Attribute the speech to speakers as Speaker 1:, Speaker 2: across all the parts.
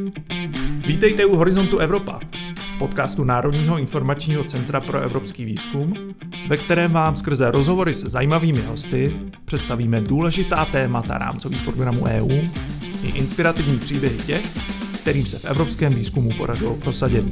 Speaker 1: Vítejte u Horizontu Evropa, podcastu Národního informačního centra pro evropský výzkum, ve kterém vám skrze rozhovory se zajímavými hosty představíme důležitá témata rámcových programů EU i inspirativní příběhy těch, kterým se v evropském výzkumu podařilo prosadit.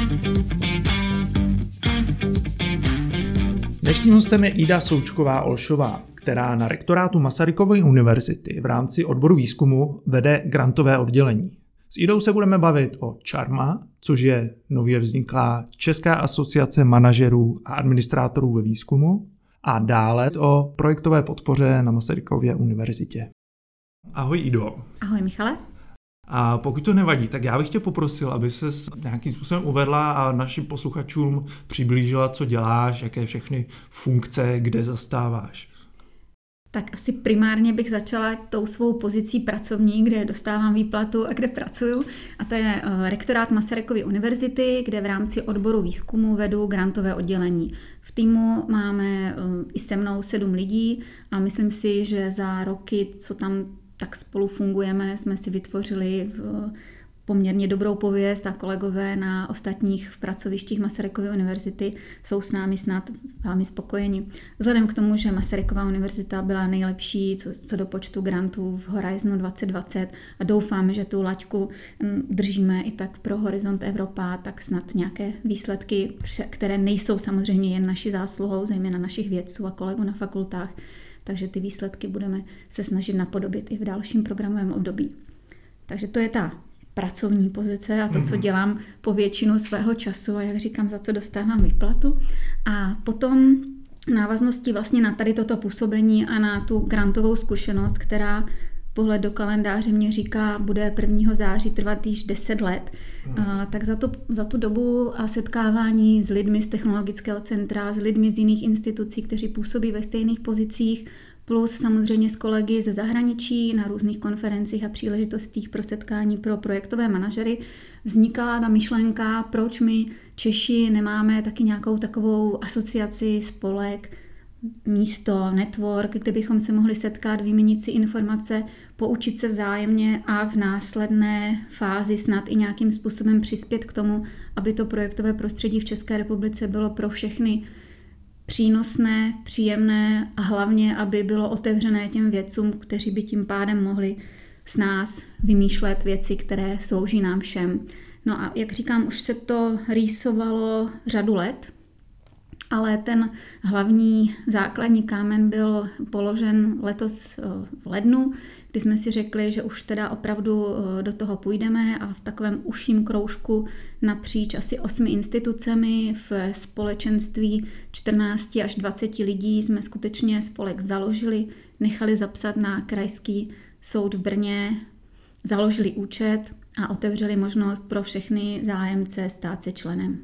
Speaker 1: Dnešním hostem je Ida Součková-Olšová, která na rektorátu Masarykovy univerzity v rámci odboru výzkumu vede grantové oddělení. S Idou se budeme bavit o CHARMA, což je nově vzniklá Česká asociace manažerů a administrátorů ve výzkumu, a dále o projektové podpoře na Masarykově univerzitě. Ahoj Ido.
Speaker 2: Ahoj Michale.
Speaker 1: A pokud to nevadí, tak já bych tě poprosil, aby ses nějakým způsobem uvedla a našim posluchačům přiblížila, co děláš, jaké všechny funkce, kde zastáváš.
Speaker 2: Tak asi primárně bych začala tou svou pozicí pracovní, kde dostávám výplatu a kde pracuju. A to je rektorát Masarykovy univerzity, kde v rámci odboru výzkumu vedu grantové oddělení. V týmu máme i se mnou 7 lidí a myslím si, že za roky, co tam tak spolu fungujeme, jsme si vytvořili poměrně dobrou pověst a kolegové na ostatních pracovištích Masarykovy univerzity jsou s námi snad velmi spokojeni. Vzhledem k tomu, že Masaryková univerzita byla nejlepší co do počtu grantů v Horizonu 2020 a doufáme, že tu laťku držíme i tak pro Horizont Evropa, tak snad nějaké výsledky, které nejsou samozřejmě jen naší zásluhou, zejména našich vědců a kolegů na fakultách, takže ty výsledky budeme se snažit napodobit i v dalším programovém období. Takže to je ta pracovní pozice a to, co dělám po většinu svého času a jak říkám, za co dostávám výplatu. A potom návaznosti vlastně na tady toto působení a na tu grantovou zkušenost, která pohled do kalendáře mě říká, bude 1. září trvat již 10 let, tak za tu dobu a setkávání s lidmi z technologického centra, s lidmi z jiných institucí, kteří působí ve stejných pozicích, plus samozřejmě s kolegy ze zahraničí na různých konferencích a příležitostích pro setkání pro projektové manažery, vznikala ta myšlenka, proč my Češi nemáme taky nějakou takovou asociaci, spolek, místo, network, kde bychom se mohli setkat, vyměnit si informace, poučit se vzájemně a v následné fázi snad i nějakým způsobem přispět k tomu, aby to projektové prostředí v České republice bylo pro všechny přínosné, příjemné a hlavně, aby bylo otevřené těm vědcům, kteří by tím pádem mohli s nás vymýšlet věci, které slouží nám všem. No a jak říkám, už se to rýsovalo řadu let, ale ten hlavní základní kámen byl položen letos v lednu, kdy jsme si řekli, že už teda opravdu do toho půjdeme a v takovém užším kroužku napříč asi 8 institucemi v společenství 14 až 20 lidí jsme skutečně spolek založili, nechali zapsat na Krajský soud v Brně, založili účet a otevřeli možnost pro všechny zájemce stát se členem.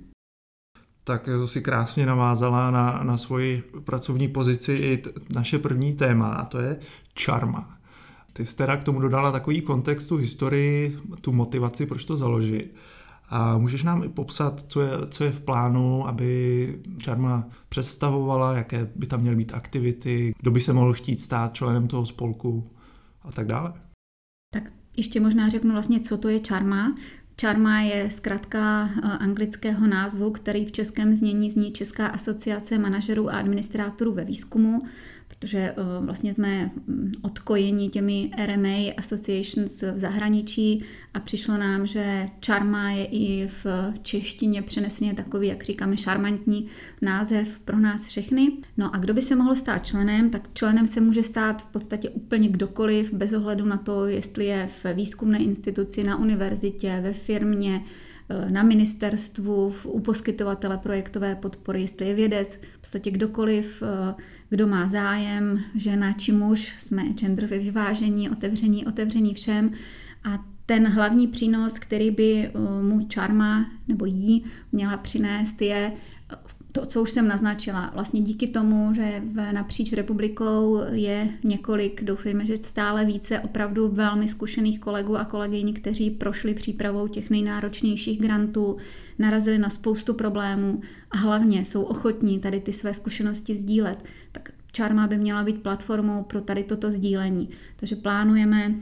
Speaker 1: Tak to si krásně navázala na svoji pracovní pozici i naše první téma, a to je CHARMA. Ty jsi teda k tomu dodala takový kontext, tu historii, tu motivaci, proč to založit. A můžeš nám i popsat, co je v plánu, aby CHARMA představovala, jaké by tam měly být aktivity, kdo by se mohl chtít stát členem toho spolku a tak dále?
Speaker 2: Tak ještě možná řeknu vlastně, co to je CHARMA. CHARMA je zkratka anglického názvu, který v českém znění zní Česká asociace manažerů a administrátorů ve výzkumu, protože vlastně jsme odkojeni těmi RMA Associations v zahraničí a přišlo nám, že CHARMA je i v češtině přeneseně takový, jak říkáme, šarmantní název pro nás všechny. No a kdo by se mohl stát členem, tak členem se může stát v podstatě úplně kdokoliv, bez ohledu na to, jestli je v výzkumné instituci, na univerzitě, ve firmě, na ministerstvu, u poskytovatele projektové podpory, jestli je vědec, v podstatě kdokoliv, kdo má zájem, žena či muž, jsme genderově vyvážení, otevření všem. A ten hlavní přínos, který by mu CHARMA nebo jí měla přinést, je to, co už jsem naznačila. Vlastně díky tomu, že napříč republikou je několik, doufejme, že stále více opravdu velmi zkušených kolegů a kolegyň, kteří prošli přípravou těch nejnáročnějších grantů, narazili na spoustu problémů a hlavně jsou ochotní tady ty své zkušenosti sdílet. Tak CHARMA by měla být platformou pro tady toto sdílení. Takže plánujeme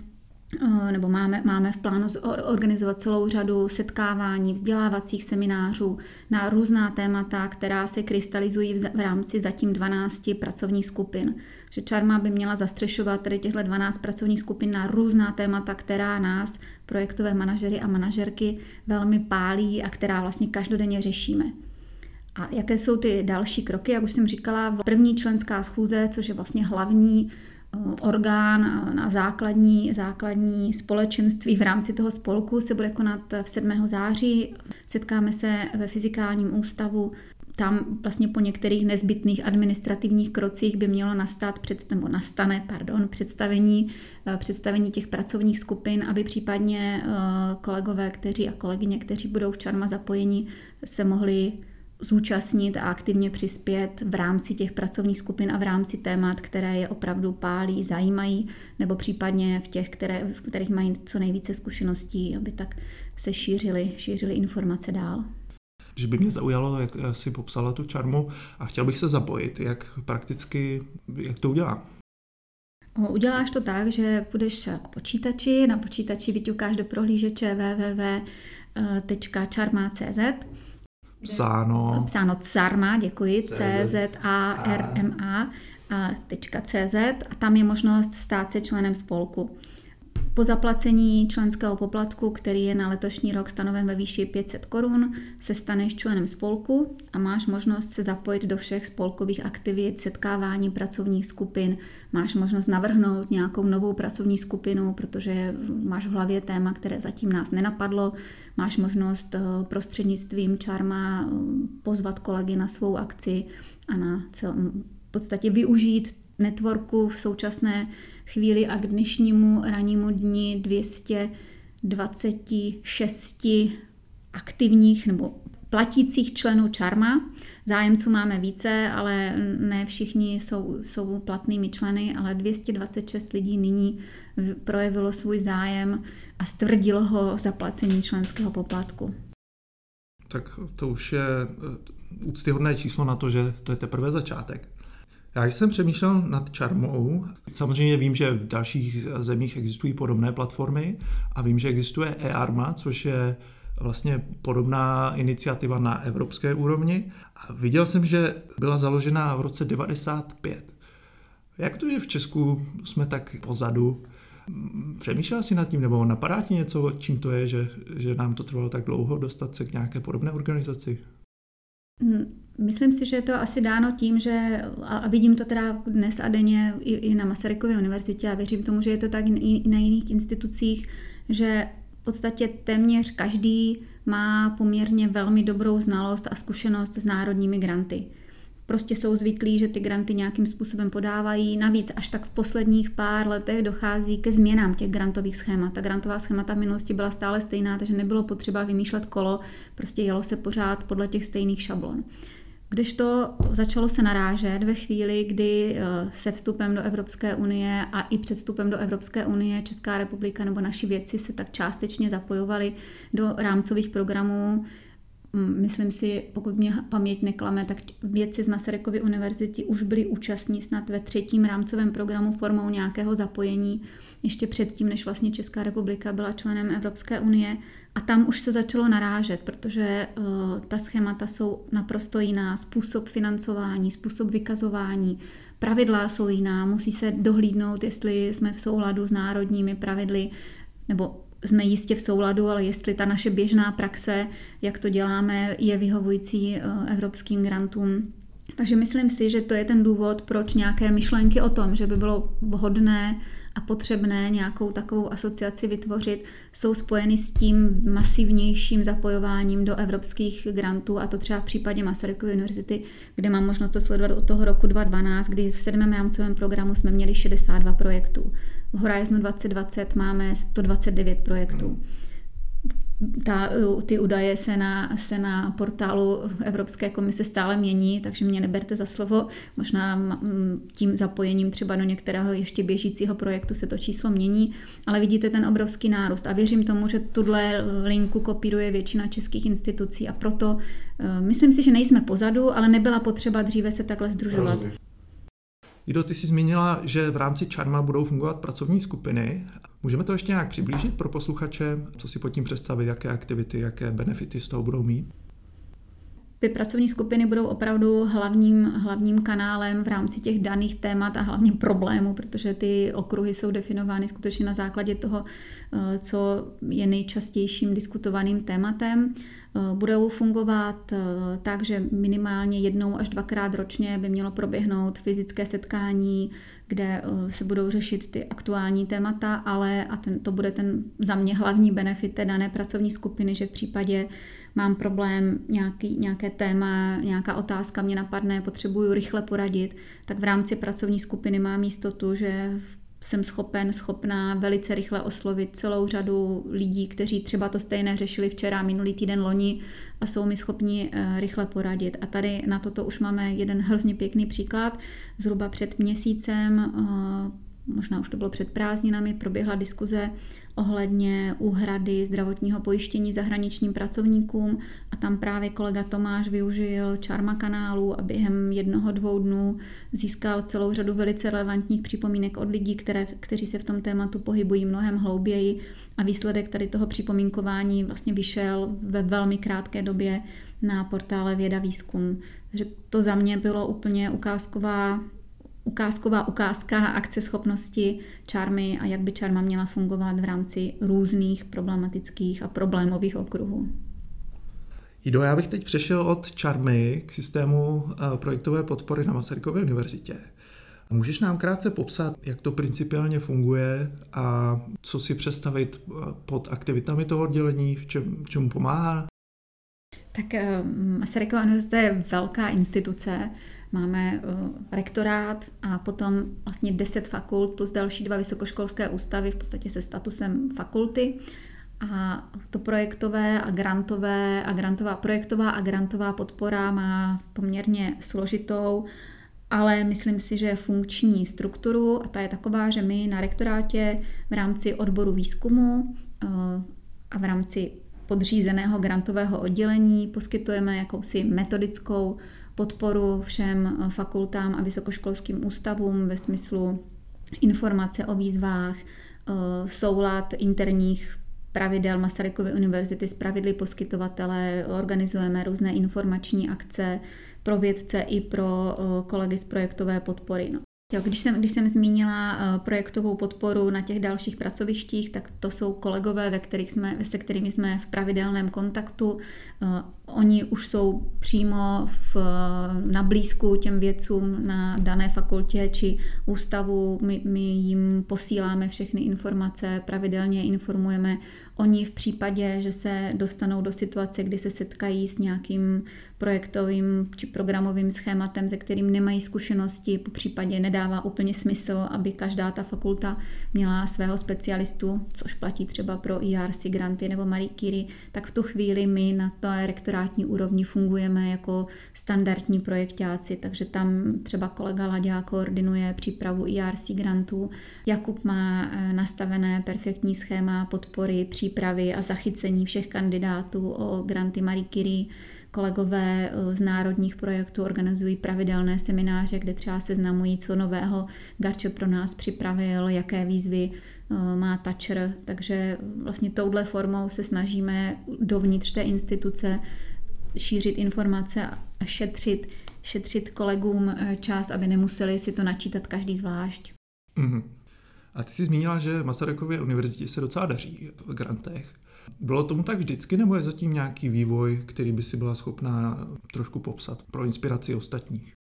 Speaker 2: nebo máme v plánu organizovat celou řadu setkávání, vzdělávacích seminářů na různá témata, která se krystalizují v rámci zatím 12 pracovních skupin. Že Čarma by měla zastřešovat tady těchto 12 pracovních skupin na různá témata, která nás, projektové manažery a manažerky, velmi pálí a která vlastně každodenně řešíme. A jaké jsou ty další kroky? Jak už jsem říkala, první členská schůze, což je vlastně hlavní orgán na základní společenství v rámci toho spolku, se bude konat v 7. září. Setkáme se ve Fyzikálním ústavu. Tam vlastně po některých nezbytných administrativních krocích by mělo nastane představení těch pracovních skupin, aby případně kolegové a kolegyně, kteří budou v Čarma zapojeni, se mohli zúčastnit a aktivně přispět v rámci těch pracovních skupin a v rámci témat, které je opravdu pálí, zajímají, nebo případně v těch, v kterých mají co nejvíce zkušeností, aby tak se šířily informace dál.
Speaker 1: Že by mě zaujalo, jak si popsala tu Čarmu a chtěl bych se zapojit, jak to udělám.
Speaker 2: Uděláš to tak, že půjdeš k počítači, na počítači vyťukáš do prohlížeče www.charma.cz. Psáno Czarma, děkuji, CZARMA.cz a tam je možnost stát se členem spolku. Po zaplacení členského poplatku, který je na letošní rok stanoven ve výši 500 korun, se staneš členem spolku a máš možnost se zapojit do všech spolkových aktivit, setkávání pracovních skupin, máš možnost navrhnout nějakou novou pracovní skupinu, protože máš v hlavě téma, které zatím nás nenapadlo, máš možnost prostřednictvím Čarma pozvat kolegy na svou akci a v podstatě využít networku v současné chvíli a k dnešnímu rannímu dni 226 aktivních nebo platících členů Čarma. Zájemců máme více, ale ne všichni jsou platnými členy, ale 226 lidí nyní projevilo svůj zájem a stvrdilo ho zaplacení členského poplatku.
Speaker 1: Tak to už je úctyhodné číslo na to, že to je teprve začátek. Já jsem přemýšlel nad Čarmou. Samozřejmě vím, že v dalších zemích existují podobné platformy a vím, že existuje eArma, což je vlastně podobná iniciativa na evropské úrovni. A viděl jsem, že byla založena v roce 1995. Jak to je v Česku, jsme tak pozadu? Přemýšlel jsi nad tím, nebo napadá ti něco, čím to je, že nám to trvalo tak dlouho dostat se k nějaké podobné organizaci?
Speaker 2: Myslím si, že je to asi dáno tím, že, a vidím to teda dnes a denně i na Masarykově univerzitě a věřím tomu, že je to tak i na jiných institucích, že v podstatě téměř každý má poměrně velmi dobrou znalost a zkušenost s národními granty. Prostě jsou zvyklí, že ty granty nějakým způsobem podávají. Navíc až tak v posledních pár letech dochází ke změnám těch grantových schémat. Ta grantová schémata v minulosti byla stále stejná, takže nebylo potřeba vymýšlet kolo, prostě jelo se pořád podle těch stejných šablon. Kdežto začalo se narážet ve chvíli, kdy se vstupem do Evropské unie a i před vstupem do Evropské unie Česká republika nebo naši vědci se tak částečně zapojovali do rámcových programů. Myslím si, pokud mě paměť neklame, tak vědci z Masarykovy univerzity už byli účastní snad ve 3. rámcovém programu formou nějakého zapojení, ještě předtím, než vlastně Česká republika byla členem Evropské unie. A tam už se začalo narážet, protože ta schémata jsou naprosto jiná, způsob financování, způsob vykazování, pravidla jsou jiná, musí se dohlídnout, jestli jsme v souladu s národními pravidly, nebo jsme jistě v souladu, ale jestli ta naše běžná praxe, jak to děláme, je vyhovující evropským grantům. Takže myslím si, že to je ten důvod, proč nějaké myšlenky o tom, že by bylo vhodné a potřebné nějakou takovou asociaci vytvořit, jsou spojeny s tím masivnějším zapojováním do evropských grantů, a to třeba v případě Masarykovy univerzity, kde mám možnost to sledovat od toho roku 2012, kdy v 7. rámcovém programu jsme měli 62 projektů. V Horizonu 2020 máme 129 projektů. Ty údaje se na portálu Evropské komise stále mění, takže mě neberte za slovo. Možná tím zapojením třeba do některého ještě běžícího projektu se to číslo mění, ale vidíte ten obrovský nárůst a věřím tomu, že tuhle linku kopíruje většina českých institucí a proto myslím si, že nejsme pozadu, ale nebyla potřeba dříve se takhle sdružovat.
Speaker 1: Ido, ty jsi zmínila, že v rámci Čarma budou fungovat pracovní skupiny. Můžeme to ještě nějak přiblížit pro posluchače, co si pod tím představit, jaké aktivity, jaké benefity z toho budou mít?
Speaker 2: Ty pracovní skupiny budou opravdu hlavním kanálem v rámci těch daných témat a hlavně problémů, protože ty okruhy jsou definovány skutečně na základě toho, co je nejčastějším diskutovaným tématem. Budou fungovat tak, že minimálně 1 až 2krát ročně by mělo proběhnout fyzické setkání, kde se budou řešit ty aktuální témata, ale to bude ten za mě hlavní benefit té dané pracovní skupiny, že v případě mám problém, nějaké téma, nějaká otázka mě napadne, potřebuju rychle poradit, tak v rámci pracovní skupiny mám jistotu, že jsem schopná velice rychle oslovit celou řadu lidí, kteří třeba to stejné řešili včera, minulý týden, loni a jsou mi schopni rychle poradit. A tady na toto už máme jeden hrozně pěkný příklad. Zhruba před měsícem, možná už to bylo před prázdninami, proběhla diskuze ohledně úhrady zdravotního pojištění zahraničním pracovníkům a tam právě kolega Tomáš využil Čarma kanálu a během 1-2 dnů získal celou řadu velice relevantních připomínek od lidí, kteří se v tom tématu pohybují mnohem hlouběji a výsledek tady toho připomínkování vlastně vyšel ve velmi krátké době na portále Věda výzkum. Takže to za mě bylo úplně ukázka akceschopnosti Čarmy a jak by Čarma měla fungovat v rámci různých problematických a problémových okruhů.
Speaker 1: Jido, já bych teď přešel od Čarmy k systému projektové podpory na Masarykově univerzitě. Můžeš nám krátce popsat, jak to principiálně funguje a co si představit pod aktivitami toho oddělení, čemu pomáhá?
Speaker 2: Tak Masarykova univerzita je velká instituce. Máme rektorát a potom vlastně 10 fakult plus další 2 vysokoškolské ústavy v podstatě se statusem fakulty. A to projektová a grantová podpora má poměrně složitou, ale myslím si, že funkční strukturu a ta je taková, že my na rektorátě v rámci odboru výzkumu a v rámci podřízeného grantového oddělení poskytujeme jakousi metodickou podporu všem fakultám a vysokoškolským ústavům ve smyslu informace o výzvách, soulad interních pravidel Masarykovy univerzity s pravidly poskytovatele, organizujeme různé informační akce pro vědce i pro kolegy z projektové podpory. Když jsem zmínila projektovou podporu na těch dalších pracovištích, tak to jsou kolegové, se kterými jsme v pravidelném kontaktu. Oni už jsou přímo na blízku těm vědcům na dané fakultě či ústavu. My jim posíláme všechny informace, pravidelně informujeme. Oni v případě, že se dostanou do situace, kdy se setkají s nějakým projektovým či programovým schématem, se kterým nemají zkušenosti, po případě nedává úplně smysl, aby každá ta fakulta měla svého specialistu, což platí třeba pro ERC granty nebo Marie Curie, tak v tu chvíli my na té rektorátní úrovni fungujeme jako standardní projektáci, takže tam třeba kolega Laďák koordinuje přípravu ERC grantů, Jakub má nastavené perfektní schéma podpory, přípravy a zachycení všech kandidátů o granty Marie Curie. Kolegové z národních projektů organizují pravidelné semináře, kde třeba seznamují, co nového Garče pro nás připravil, jaké výzvy má Thatcher. Takže vlastně touhle formou se snažíme dovnitř té instituce šířit informace a šetřit kolegům čas, aby nemuseli si to načítat každý zvlášť.
Speaker 1: Mm-hmm. A ty jsi zmínila, že Masarykově univerzitě se docela daří v grantech. Bylo tomu tak vždycky, nebo je zatím nějaký vývoj, který by si byla schopná trošku popsat pro inspiraci ostatních?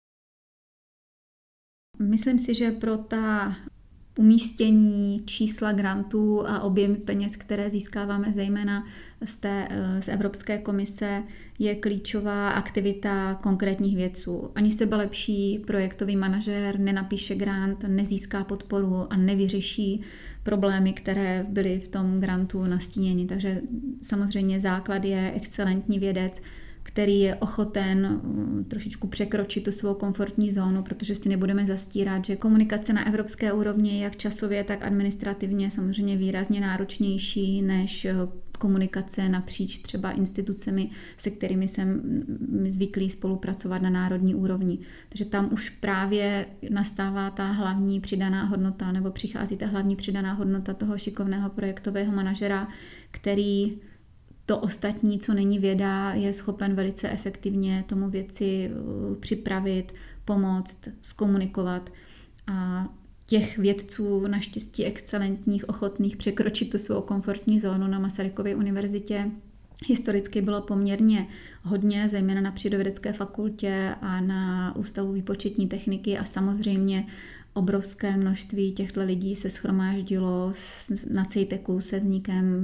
Speaker 2: Myslím si, že pro ta umístění čísla grantů a objem peněz, které získáváme zejména z Evropské komise, je klíčová aktivita konkrétních vědců. Ani sebelepší projektový manažer nenapíše grant, nezíská podporu a nevyřeší problémy, které byly v tom grantu nastíněny. Takže samozřejmě základ je excelentní vědec, který je ochoten trošičku překročit tu svou komfortní zónu, protože si nebudeme zastírat, že komunikace na evropské úrovni je jak časově, tak administrativně samozřejmě výrazně náročnější než komunikace napříč třeba institucemi, se kterými jsem zvyklý spolupracovat na národní úrovni. Takže tam už právě nastává ta hlavní přidaná hodnota, nebo přichází ta hlavní přidaná hodnota toho šikovného projektového manažera, který to ostatní, co není věda, je schopen velice efektivně tomu věci připravit, pomoct, zkomunikovat. A těch vědců naštěstí excelentních, ochotných překročit tu svou komfortní zónu na Masarykově univerzitě historicky bylo poměrně hodně, zejména na Přírodovědecké fakultě a na Ústavu výpočetní techniky a samozřejmě obrovské množství těchto lidí se shromáždilo na CEITECu se vznikem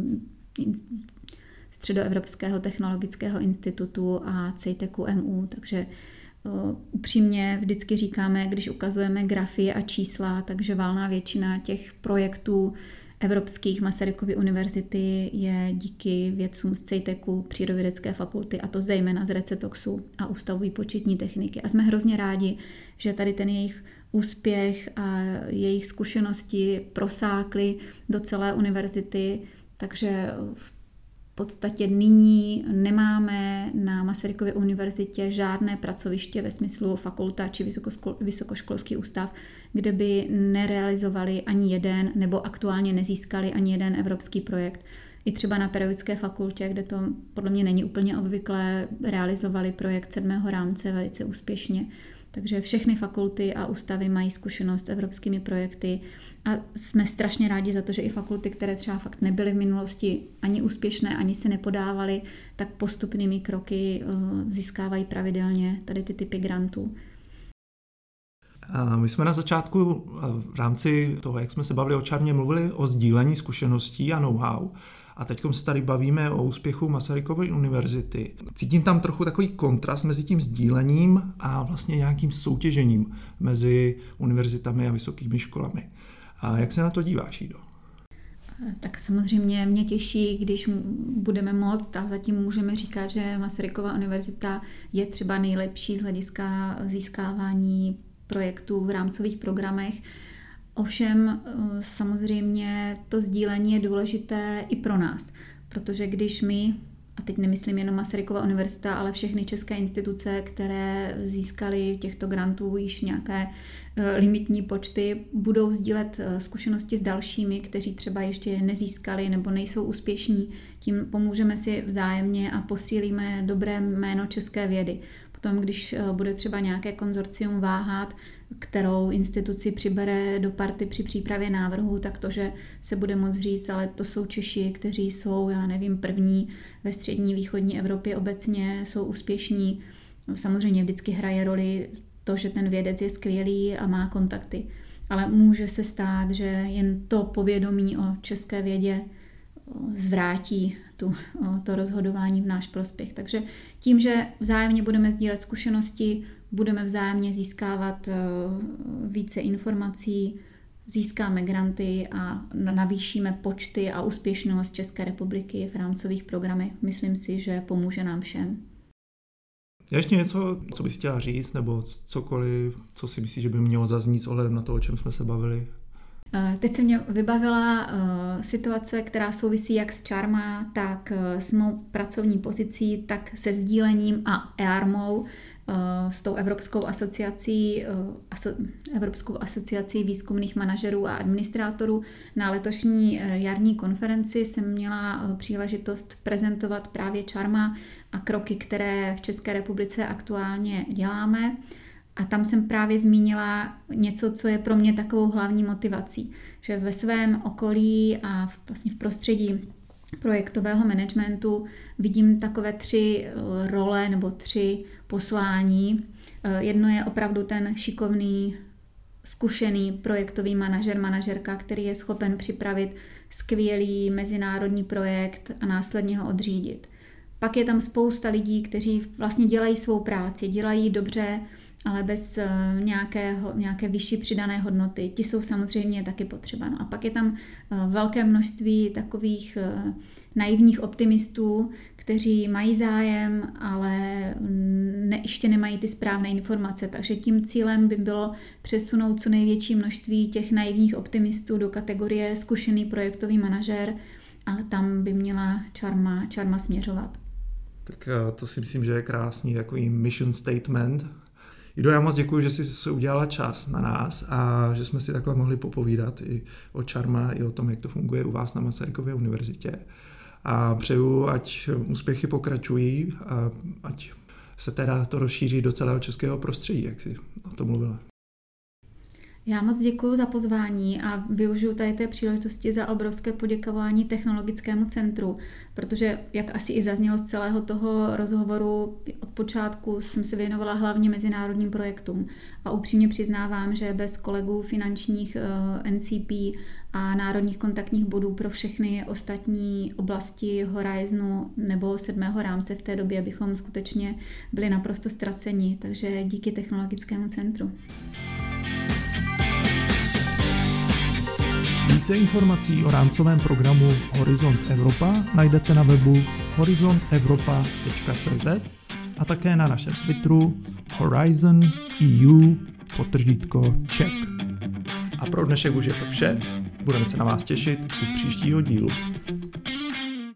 Speaker 2: Středoevropského technologického institutu a CEITECu MU, takže upřímně vždycky říkáme, když ukazujeme grafy a čísla, takže valná většina těch projektů evropských Masarykovy univerzity je díky vědcům z CEITECu, Přírodovědecké fakulty, a to zejména z RECETOXu a Ústavu výpočetní techniky. A jsme hrozně rádi, že tady ten jejich úspěch a jejich zkušenosti prosákly do celé univerzity, takže v podstatě nyní nemáme na Masarykově univerzitě žádné pracoviště ve smyslu fakulta či vysokoškolský ústav, kde by nerealizovali ani jeden nebo aktuálně nezískali ani jeden evropský projekt. I třeba na Pedagogické fakultě, kde to podle mě není úplně obvyklé, realizovali projekt 7. rámce velice úspěšně. Takže všechny fakulty a ústavy mají zkušenost s evropskými projekty a jsme strašně rádi za to, že i fakulty, které třeba fakt nebyly v minulosti ani úspěšné, ani se nepodávaly, tak postupnými kroky získávají pravidelně tady ty typy grantů.
Speaker 1: My jsme na začátku v rámci toho, jak jsme se bavili o čarmě, mluvili o sdílení zkušeností a know-how. A teď se tady bavíme o úspěchu Masarykovy univerzity. Cítím tam trochu takový kontrast mezi tím sdílením a vlastně nějakým soutěžením mezi univerzitami a vysokými školami. A jak se na to díváš, Jido?
Speaker 2: Tak samozřejmě mě těší, když budeme moct, a zatím můžeme říkat, že Masarykova univerzita je třeba nejlepší z hlediska získávání projektů v rámcových programech. Ovšem samozřejmě to sdílení je důležité i pro nás, protože když my, a teď nemyslím jenom Masarykova univerzita, ale všechny české instituce, které získaly těchto grantů již nějaké limitní počty, budou sdílet zkušenosti s dalšími, kteří třeba ještě nezískali nebo nejsou úspěšní, tím pomůžeme si vzájemně a posílíme dobré jméno české vědy. Potom, když bude třeba nějaké konzorcium váhat, kterou instituci přibere do party při přípravě návrhu, tak to, že se bude moct říct, ale to jsou Češi, kteří jsou, první ve střední východní Evropě obecně, jsou úspěšní. Samozřejmě vždycky hraje roli to, že ten vědec je skvělý a má kontakty. Ale může se stát, že jen to povědomí o české vědě zvrátí to rozhodování v náš prospěch. Takže tím, že vzájemně budeme sdílet zkušenosti, budeme vzájemně získávat více informací, získáme granty a navýšíme počty a úspěšnost České republiky v rámcových programech. Myslím si, že pomůže nám všem.
Speaker 1: Je ještě něco, co bys chtěla říct, nebo cokoliv, co si myslíš, že by mělo zaznít s ohledem na to, o čem jsme se bavili?
Speaker 2: Teď se mě vybavila situace, která souvisí jak s Čarma, tak s mou pracovní pozicí, tak se sdílením a EARMou, s tou Evropskou asociací výzkumných manažerů a administrátorů. Na letošní jarní konferenci jsem měla příležitost prezentovat právě Čarma a kroky, které v České republice aktuálně děláme. A tam jsem právě zmínila něco, co je pro mě takovou hlavní motivací, že ve svém okolí a vlastně v prostředí projektového managementu vidím takové 3 role nebo 3 poslání. Jedno je opravdu ten šikovný, zkušený projektový manažerka, který je schopen připravit skvělý mezinárodní projekt a následně ho odřídit. Pak je tam spousta lidí, kteří vlastně dělají svou práci, dělají dobře, ale bez nějaké vyšší přidané hodnoty. Ti jsou samozřejmě taky potřeba. No a pak je tam velké množství takových naivních optimistů, kteří mají zájem, ale ještě nemají ty správné informace. Takže tím cílem by bylo přesunout co největší množství těch naivních optimistů do kategorie zkušený projektový manažer a tam by měla Čarma směřovat.
Speaker 1: Tak to si myslím, že je krásný takový mission statement. Ido, já moc děkuji, že jsi se udělala čas na nás a že jsme si takhle mohli popovídat i o Čarma, i o tom, jak to funguje u vás na Masarykově univerzitě. A přeju, ať úspěchy pokračují a ať se teda to rozšíří do celého českého prostředí, jak jsi o tom mluvila.
Speaker 2: Já moc děkuji za pozvání a využiju tady té příležitosti za obrovské poděkování Technologickému centru, protože, jak asi i zaznělo z celého toho rozhovoru, od počátku jsem se věnovala hlavně mezinárodním projektům a upřímně přiznávám, že bez kolegů finančních NCP a národních kontaktních bodů pro všechny ostatní oblasti Horizonu nebo 7. rámce v té době bychom skutečně byli naprosto ztraceni, takže díky Technologickému centru.
Speaker 1: Více informací o rámcovém programu Horizont Evropa najdete na webu horizontevropa.cz a také na našem Twitteru HorizonEU_Czech. A pro dnešek už je to vše. Budeme se na vás těšit u příštího dílu.